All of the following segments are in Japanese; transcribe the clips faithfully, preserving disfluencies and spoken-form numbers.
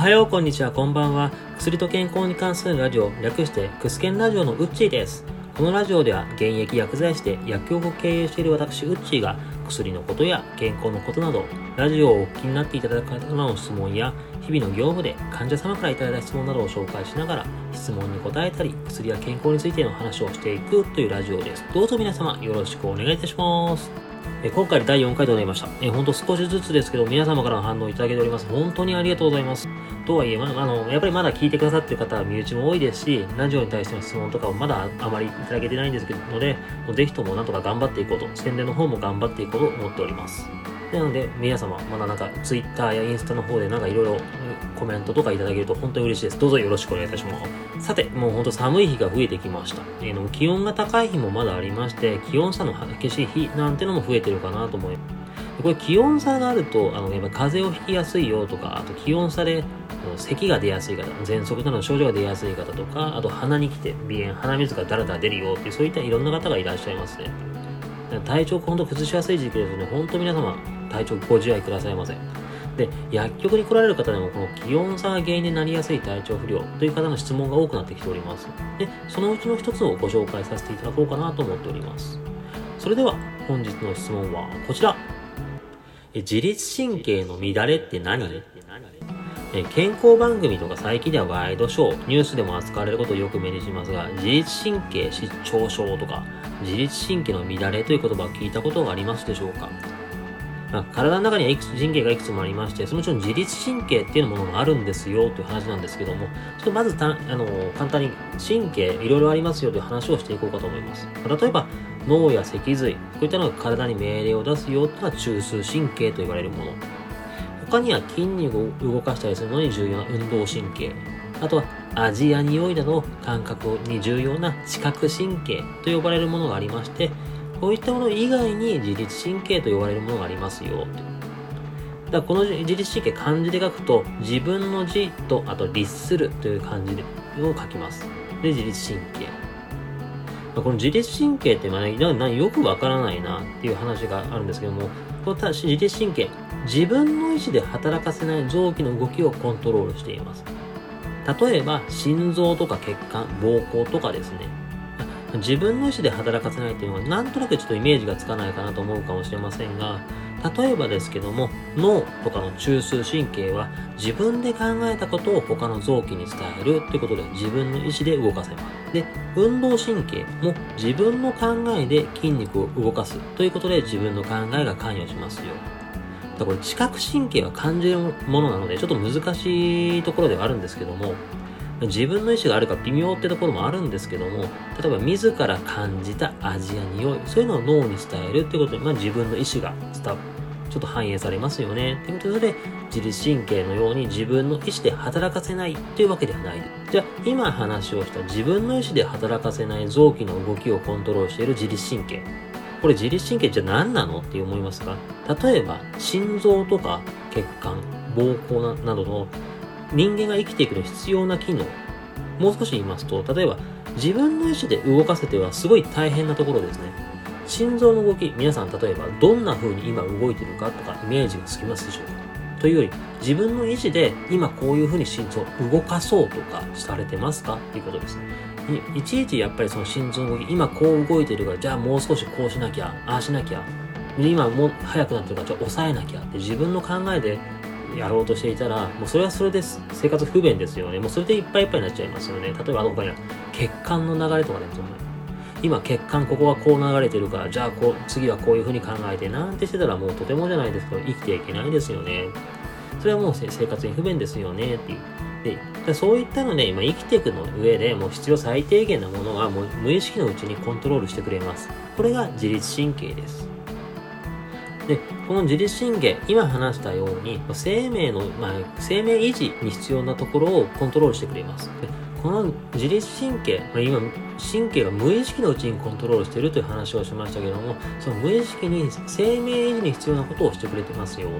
はよう、こんにちは、こんばんは。薬と健康に関するラジオ、略してクスケンラジオのウッチーです。このラジオでは現役薬剤師で薬局を経営している私ウッチーが薬のことや健康のことなど、ラジオをお聞きになっていただく方の質問や日々の業務で患者様からいただいた質問などを紹介しながら質問に答えたり、薬や健康についての話をしていくというラジオです。どうぞ皆様よろしくお願いいたします。え今回でだいよんかいとなりました。えほんと少しずつですけど皆様からの反応いただけております。本当にありがとうございます。とはいえ、まあ、あのやっぱりまだ聞いてくださっている方は身内も多いですし、ラジオに対しての質問とかをまだあまりいただけてないんですけどので、もうぜひともなんとか頑張っていこうと、宣伝の方も頑張っていこうと思っております。なので皆様まだなんか Twitter やインスタの方でなんかいろいろコメントとかいただけると本当に嬉しいです。どうぞよろしくお願いいたします。さて、もう本当寒い日が増えてきました。えー、気温が高い日もまだありまして、気温差の激しい日なんてのも増えてるかなと思います。これ気温差があると、あのやっぱ風邪をひきやすいよとか、あと気温差で咳が出やすい方、喘息などの症状が出やすい方とか、あと鼻に来て鼻炎、鼻水がだらだら出るよっていう、そういったいろんな方がいらっしゃいますね。体調本当崩しやすい時期ですので、本当皆様体調ご自愛くださいませ。で、薬局に来られる方でもこの気温差が原因でなりやすい体調不良という方の質問が多くなってきております。で、そのうちの一つをご紹介させていただこうかなと思っております。それでは本日の質問はこちら。自律神経の乱れって何？健康番組とか最近ではワイドショー、ニュースでも扱われることをよく目にしますが、自律神経失調症とか自律神経の乱れという言葉を聞いたことがありますでしょうか？まあ、体の中にはいくつ神経がいくつもありまして、そのうちの自律神経っていうものがあるんですよという話なんですけども、ちょっとまずたあの簡単に神経いろいろありますよという話をしていこうかと思います。例えば脳や脊髄、こういったのが体に命令を出すよというのが中枢神経と言われるもの。他には筋肉を動かしたりするのに重要な運動神経、あとは味や匂いなど感覚に重要な知覚神経と呼ばれるものがありまして、こういったもの以外に自律神経と呼ばれるものがありますよ。だからこの自律神経漢字で書くと、自分の字とあと律するという漢字を書きます。で、自律神経。この自律神経ってまあ、ね、よくわからないなっていう話があるんですけども、この自律神経、自分の意思で働かせない臓器の動きをコントロールしています。例えば心臓とか血管、膀胱とかですね。自分の意思で働かせないっていうのはなんとなくちょっとイメージがつかないかなと思うかもしれませんが、例えばですけども、脳とかの中枢神経は自分で考えたことを他の臓器に伝えるということで自分の意思で動かせます。で、運動神経も自分の考えで筋肉を動かすということで自分の考えが関与しますよ。だからこれ知覚神経は感じるものなのでちょっと難しいところではあるんですけども、自分の意思があるか微妙ってところもあるんですけども、例えば自ら感じた味や匂い、そういうのを脳に伝えるってことで、まあ、自分の意思が伝わちょっと反映されますよねっていうことで、自律神経のように自分の意思で働かせないというわけではない。じゃあ今話をした自分の意思で働かせない臓器の動きをコントロールしている自律神経、これ自律神経じゃ何なのって思いますが、例えば心臓とか血管、膀胱などの人間が生きていくのに必要な機能、もう少し言いますと、例えば自分の意思で動かせてはすごい大変なところですね。心臓の動き、皆さん例えばどんな風に今動いてるかとかイメージがつきますでしょうか？というより、自分の意思で今こういう風に心臓を動かそうとかされてますかっていうことですね。い, いちいちやっぱりその心臓の動き、今こう動いてるから、じゃあもう少しこうしなきゃ、ああしなきゃ、今もう早くなってるからじゃあ抑えなきゃって自分の考えでやろうとしていたら、もうそれはそれで生活不便ですよね。もうそれでいっぱいいっぱいになっちゃいますよね。例えばあの他には血管の流れとかね、今血管ここはこう流れてるから、じゃあこう次はこういう風に考えてなんてしてたら、もうとてもじゃないですけど生きていけないですよね。それはもう生活に不便ですよねっていう。で、そういったので今生きていくの上でもう必要最低限なものはもう無意識のうちにコントロールしてくれます。これが自律神経です。で、この自律神経、今話したように生命の、まあ、生命維持に必要なところをコントロールしてくれます。で、この自律神経、まあ、今神経が無意識のうちにコントロールしているという話をしましたけども、その無意識に生命維持に必要なことをしてくれてますよという。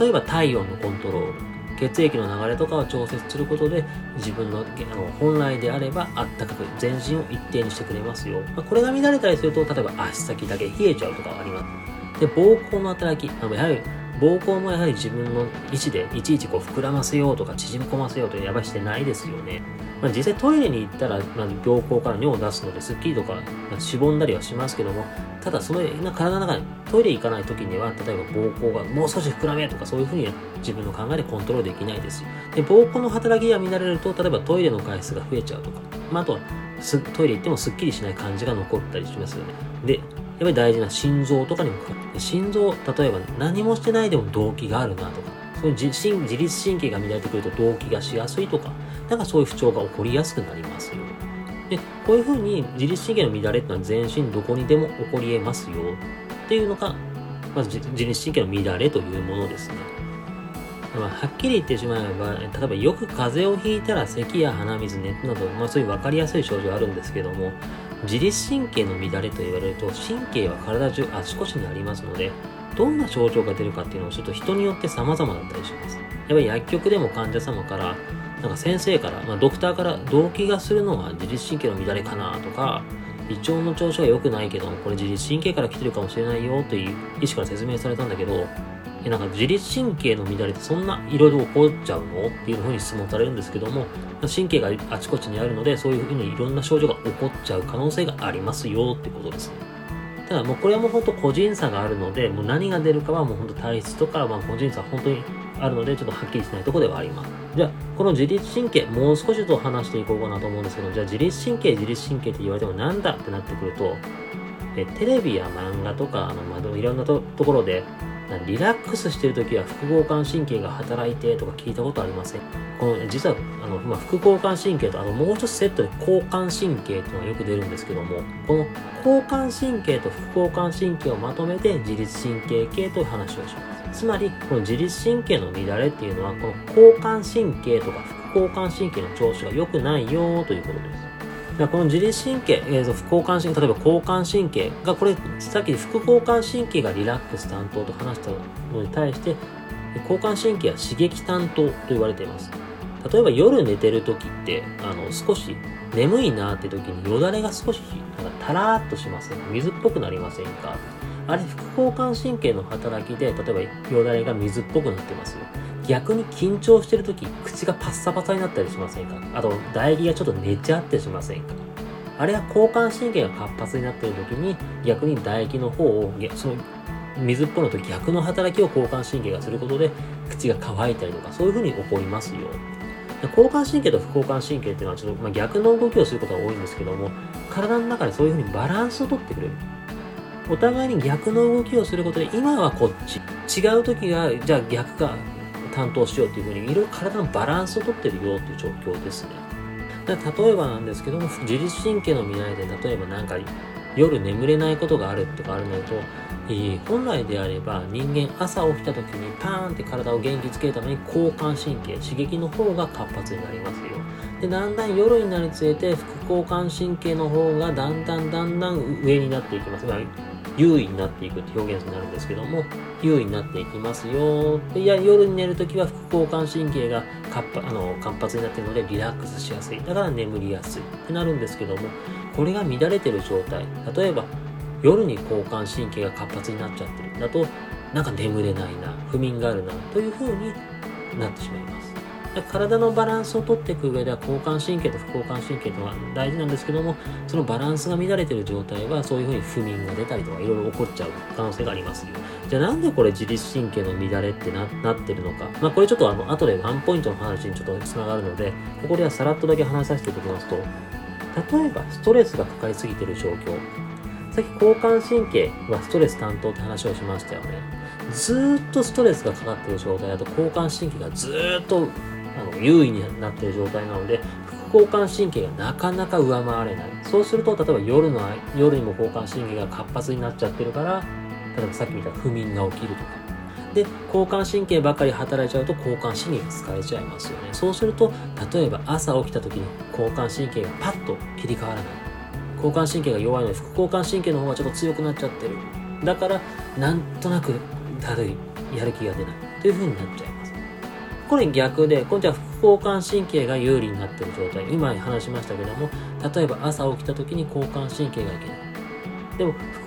例えば体温のコントロール、血液の流れとかを調節することで自分の、あの本来であればあったかく全身を一定にしてくれますよ。まあ、これが乱れたりすると、例えば足先だけ冷えちゃうとかあります。で、膀胱の働き、やはり膀胱もやはり自分の意思でいちいちこう膨らませようとか縮み込ませようとやばいしてないですよね。まあ、実際トイレに行ったら、まあ、膀胱から尿を出すのですっきりとか、まあ、しぼんだりはしますけども、ただその体の中にトイレ行かない時には、例えば膀胱がもう少し膨らめとかそういうふうに自分の考えでコントロールできないですし、で膀胱の働きが乱れると、例えばトイレの回数が増えちゃうとか、まあ、あとはトイレ行ってもすっきりしない感じが残ったりしますよね。で、やっぱり大事な心臓とかにもかかって、心臓、例えば何もしてないでも動悸があるなとか、そういう自自律神経が乱れてくると動悸がしやすいとか、なんかそういう不調が起こりやすくなりますよ。で、こういうふうに自律神経の乱れっていうのは全身どこにでも起こり得ますよっていうのが、まず自律神経の乱れというものですね。まあ、はっきり言ってしまえば、例えばよく風邪をひいたら咳や鼻水、熱など、まあそういう分かりやすい症状あるんですけども、自律神経の乱れと言われると、神経は体中あちこちにありますので、どんな症状が出るかっていうのをちょっと人によって様々だったりします。やっぱり薬局でも患者様から、なんか先生から、まあ、ドクターから動悸がするのは自律神経の乱れかなとか、胃腸の調子が良くないけども、これ自律神経から来てるかもしれないよという医師から説明されたんだけど、えなんか自律神経の乱れってそんないろいろ起こっちゃうのっていうふうに質問されるんですけども、神経があちこちにあるので、そういうふうにいろんな症状が起こっちゃう可能性がありますよってことですね。ただもうこれはもう本当個人差があるので、もう何が出るかはもう本当体質とか、まあ個人差本当にあるので、ちょっとはっきりしないところではあります。じゃあ、この自律神経、もう少しと話していこうかなと思うんですけど、じゃあ自律神経、自律神経って言われてもなんだってなってくると、えテレビや漫画とか、あのまあ、いろんな と, ところで、リラックスしているときは副交感神経が働いてとか聞いたことありません？この実はあの、まあ、副交感神経とあのもう一つセットで交感神経というのがよく出るんですけども、この交感神経と副交感神経をまとめて自律神経系という話をします。つまりこの自律神経の乱れっていうのは、この交感神経とか副交感神経の調子が良くないよということです。この自律神経、えー、副交感神経、例えば交感神経が、これ、さっき副交感神経がリラックス担当と話したのに対して、交感神経は刺激担当と言われています。例えば夜寝てるときって、あの、少し眠いなって時によだれが少しなんかタラーっとしませんか？水っぽくなりませんか？あれ、副交感神経の働きで、例えばよだれが水っぽくなってますよ。逆に緊張してるとき、口がパッサパサになったりしませんか？あと、唾液がちょっと寝ちゃってしませんか？あれは交感神経が活発になっているときに、逆に唾液の方を、その水っぽのと逆の働きを交感神経がすることで、口が乾いたりとか、そういう風に起こりますよ。交感神経と副交感神経っていうのはちょっと、まあ、逆の動きをすることが多いんですけども、体の中でそういう風にバランスをとってくれる。お互いに逆の動きをすることで、今はこっち、違う時はじゃあ逆か担当しようっていう風に、いろいろ体のバランスをとってるよっていう状況ですね。例えばなんですけども、自律神経の乱れで、例えばなんか夜眠れないことがあるとかあるのと、えー、本来であれば人間朝起きた時にパーンって体を元気づけるために交感神経、刺激の方が活発になりますよ。で、だんだん夜になりつれて副交感神経の方がだんだんだんだん上になっていきます。優位になっていくって表現になるんですけども、優位になっていきますよ。で、いや夜に寝るときは副交感神経が活発、あの活発になっているのでリラックスしやすい。だから眠りやすいってなるんですけども、これが乱れている状態。例えば夜に交感神経が活発になっちゃってるだと、なんか眠れないな、不眠があるなという風になってしまいます。体のバランスをとっていく上では交感神経と副交感神経というのは大事なんですけども、そのバランスが乱れている状態はそういうふうに不眠が出たりとかいろいろ起こっちゃう可能性がありますよ。じゃあなんでこれ自律神経の乱れってな、なってるのか。まあこれちょっとあの後でワンポイントの話にちょっとつながるので、ここではさらっとだけ話させていただきますと、例えばストレスがかかりすぎている状況。さっき交感神経はストレス担当って話をしましたよね。ずーっとストレスがかかっている状態だと交感神経がずーっとあの優位になっている状態なので、副交感神経がなかなか上回れない。そうすると、例えば夜の夜にも交感神経が活発になっちゃってるから、例えばさっきみたいな不眠が起きるとか。で、交感神経ばかり働いちゃうと交感神経が疲れちゃいますよね。そうすると、例えば朝起きた時に交感神経がパッと切り替わらない。交感神経が弱いので、副交感神経の方がちょっと強くなっちゃってる。だから、なんとなくだるい、やる気が出ないという風になっちゃいます。これ逆で、今度は副交感神経が有利になっている状態。今話しましたけども、例えば朝起きた時に交感神経がいけない。でも、副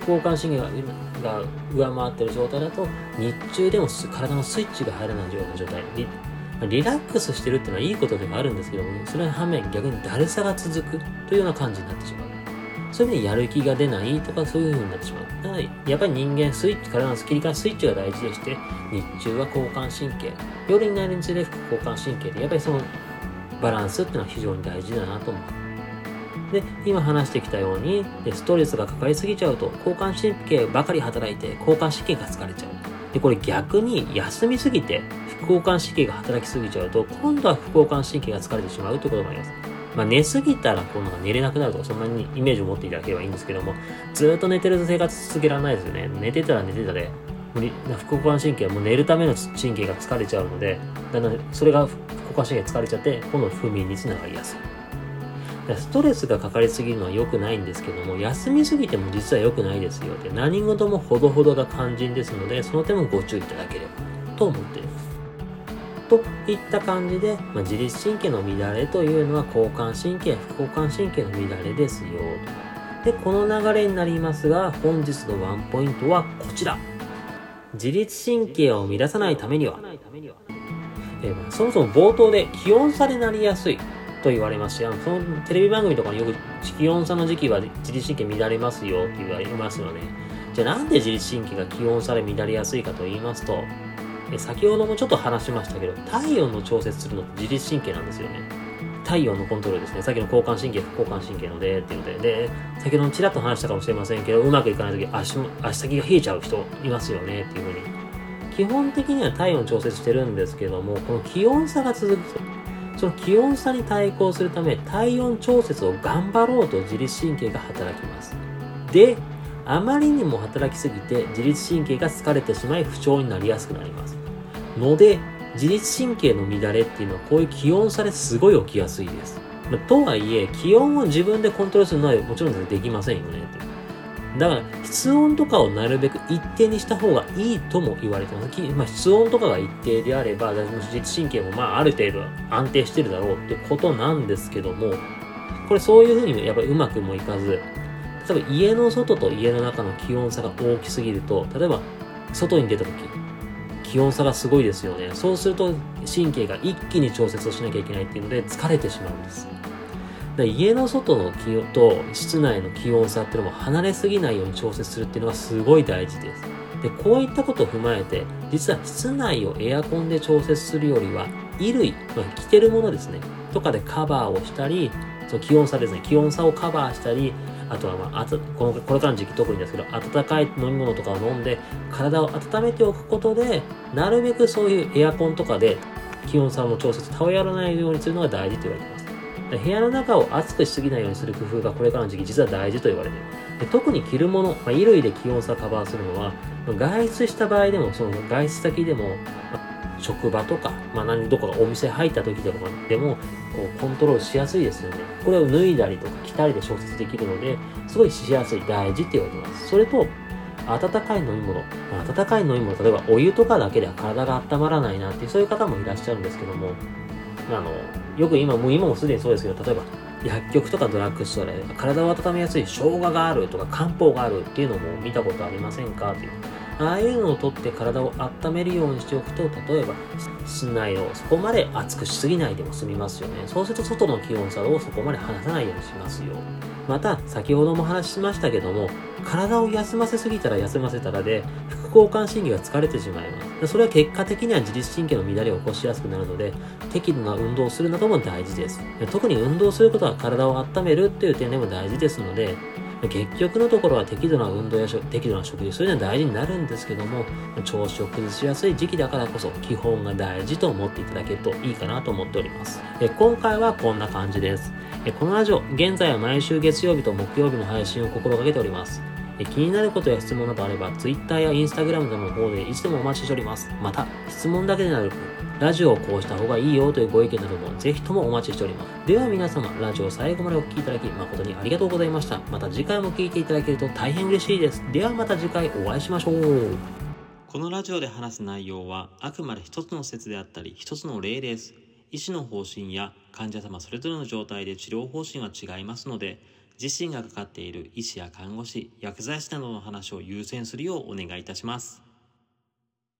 副交感神経がが上回っている状態だと日中でも体のスイッチが入らないような状態、リリラックスしてるっていうのはいいことでもあるんですけども、それの反面逆にだるさが続くというような感じになってしまう。そういう意味でやる気が出ないとかそういう風になってしまう。だからやっぱり人間スイッチ、体の切り替えスイッチが大事でして、日中は交感神経、夜になるにつれ副交感神経でやっぱりそのバランスっていうのは非常に大事だなと思う。で、今話してきたように、ストレスがかかりすぎちゃうと交感神経ばかり働いて交感神経が疲れちゃう。で、これ逆に休みすぎて副交感神経が働きすぎちゃうと、今度は副交感神経が疲れてしまうということもあります。まあ、寝すぎたらこうなんか寝れなくなるとか、そんなにイメージを持っていただければいいんですけども、ずーっと寝てると生活続けられないですよね。寝てたら寝てたで、副交感神経はもう寝るための神経が疲れちゃうので、だんだんそれが副交感神経疲れちゃって、今度不眠につながりやすい。ストレスがかかりすぎるのは良くないんですけども、休みすぎても実は良くないですよって、何事もほどほどが肝心ですので、その点もご注意いただければと思っています。といった感じで、まあ、自律神経の乱れというのは交感神経、副交感神経の乱れですよと。で、この流れになりますが、本日のワンポイントはこちら。自律神経を乱さないためには、えー、そもそも冒頭で気温差でなりやすいと言われますし、あのそのテレビ番組とかによく気温差の時期は自律神経乱れますよって言われますよね。じゃあなんで自律神経が気温差で乱れやすいかと言いますと、え先ほどもちょっと話しましたけど、体温の調節するのって自律神経なんですよね。体温のコントロールですね。さっきの交感神経、副交感神経のでっていうので、で、先ほどちらっと話したかもしれませんけど、うまくいかないとき足も、足先が冷えちゃう人いますよねっていうふうに。基本的には体温調節してるんですけども、この気温差が続くと、その気温差に対抗するため、体温調節を頑張ろうと自律神経が働きます。で、あまりにも働きすぎて自律神経が疲れてしまい不調になりやすくなります。ので、自律神経の乱れっていうのはこういう気温差ですごい起きやすいです。まあ、とはいえ、気温を自分でコントロールするのはもちろんできませんよねっていう。だから、室温とかをなるべく一定にした方がいいとも言われてます。まあ、室温とかが一定であれば、自律神経もまあある程度安定してるだろうってことなんですけども、これそういうふうにやっぱりうまくもいかず、例えば家の外と家の中の気温差が大きすぎると、例えば外に出た時、気温差がすごいですよね。そうすると神経が一気に調節をしなきゃいけないっていうので疲れてしまうんです。だ家の外の気温と室内の気温差っていうのも離れすぎないように調節するっていうのがすごい大事です。で、こういったことを踏まえて、実は室内をエアコンで調節するよりは、衣類、まあ、着てるものですね、とかでカバーをしたり、その気温差ですね、気温差をカバーしたり、あとは、まあ、あたこのこれからの時期特にですけど、温かい飲み物とかを飲んで、体を温めておくことで、なるべくそういうエアコンとかで気温差の調節、たやらないようにするのが大事と言われています。部屋の中を暑くしすぎないようにする工夫がこれからの時期実は大事と言われている。で特に着るもの、まあ、衣類で気温差をカバーするのは、外出した場合でも、その外出先でも、まあ、職場とか、まあ、何どこかお店入った時とかでもこうコントロールしやすいですよね。これを脱いだりとか着たりで調節できるので、すごいしやすい、大事って言われています。それと、温かい飲み物、まあ、温かい飲み物、例えばお湯とかだけでは体が温まらないなっていう、そういう方もいらっしゃるんですけども、あのよく今もう今もすでにそうですけど、例えば薬局とかドラッグストアで体を温めやすい生姜があるとか漢方があるっていうのも見たことありませんかっていう、ああいうのを取って体を温めるようにしておくと、例えば室内をそこまで暑くしすぎないでも済みますよね。そうすると外の気温差をそこまで離さないようにしますよ。また先ほども話しましたけども、体を休ませすぎたら休ませたらで副交感神経が疲れてしまいます。それは結果的には自律神経の乱れを起こしやすくなるので、適度な運動をするなども大事です。特に運動することは体を温めるっていう点でも大事ですので、結局のところは適度な運動や適度な食事、そういうのは大事になるんですけども、調子を崩しやすい時期だからこそ基本が大事と思っていただけるといいかなと思っております。え今回はこんな感じです。えこのラジオ、現在は毎週月曜日と木曜日の配信を心がけております。え気になることや質問などあれば Twitter や Instagram などの方でいつでもお待ちしております。また、質問だけでなくラジオをこうした方がいいよというご意見などもぜひともお待ちしております。では皆様、ラジオを最後までお聞きいただき誠にありがとうございました。また次回も聞いていただけると大変嬉しいです。ではまた次回お会いしましょう。このラジオで話す内容はあくまで一つの説であったり一つの例です。医師の方針や患者様それぞれの状態で治療方針は違いますので、 自身がかかっている医師や看護師、薬剤師などの話を優先するようお願いいたします。